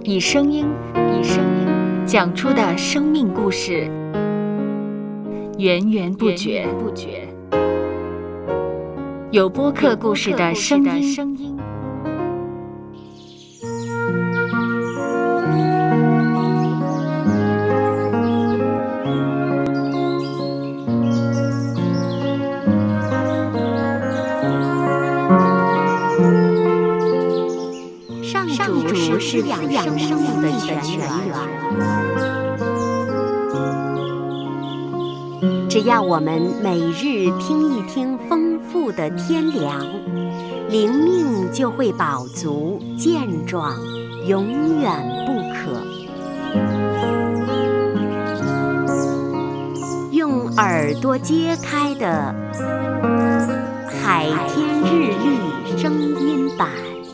以声音讲出的生命故事，源源不绝。有播客故事的声音。 上主是滋养生命的泉源，只要我们每日听一听丰富的天粮，灵命就会饱足健壮，永远不渴。用耳朵揭开的海天日历声音版。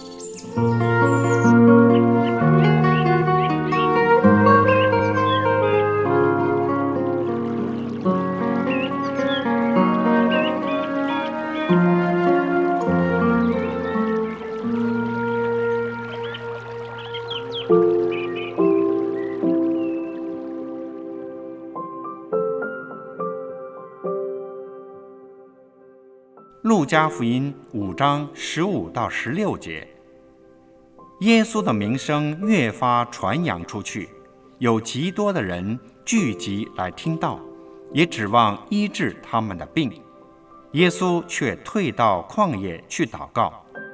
路加福音5章15到16节，耶稣的名声越发传扬出去，有极多的人聚集来听道，也指望医治他们的病。耶稣却退到旷野去祷告。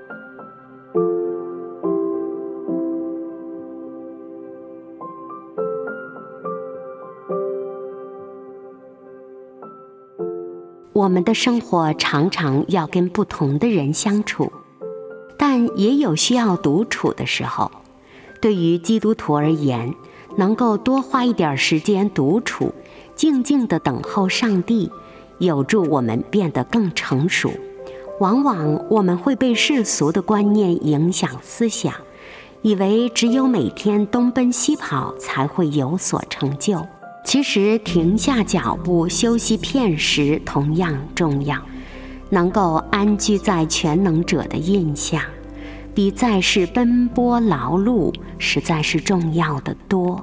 我们的生活常常要跟不同的人相处，但也有需要独处的时候。对于基督徒而言，能够多花一点时间独处，静静地等候上帝，有助我们变得更成熟。往往我们会被世俗的观念影响思想，以为只有每天东奔西跑才会有所成就。其实停下脚步休息片时同样重要，能够安居在全能者的印下，比在世奔波劳碌实在是重要的多。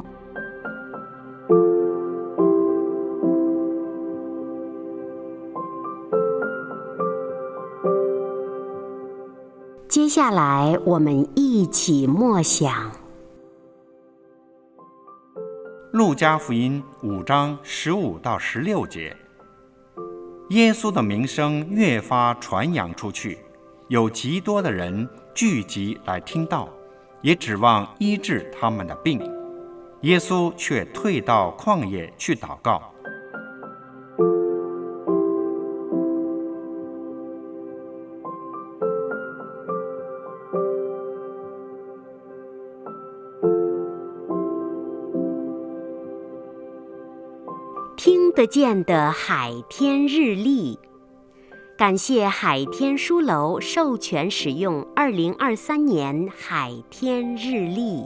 接下来我们一起默想路加福音5章15到16节，耶稣的名声越发传扬出去，有极多的人聚集来听道，也指望医治他们的病。耶稣却退到旷野去祷告。 听得见的海天日历，感谢海天书楼授权使用2023年海天日历。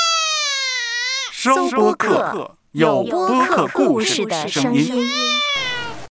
收播客，有播客故事的声音。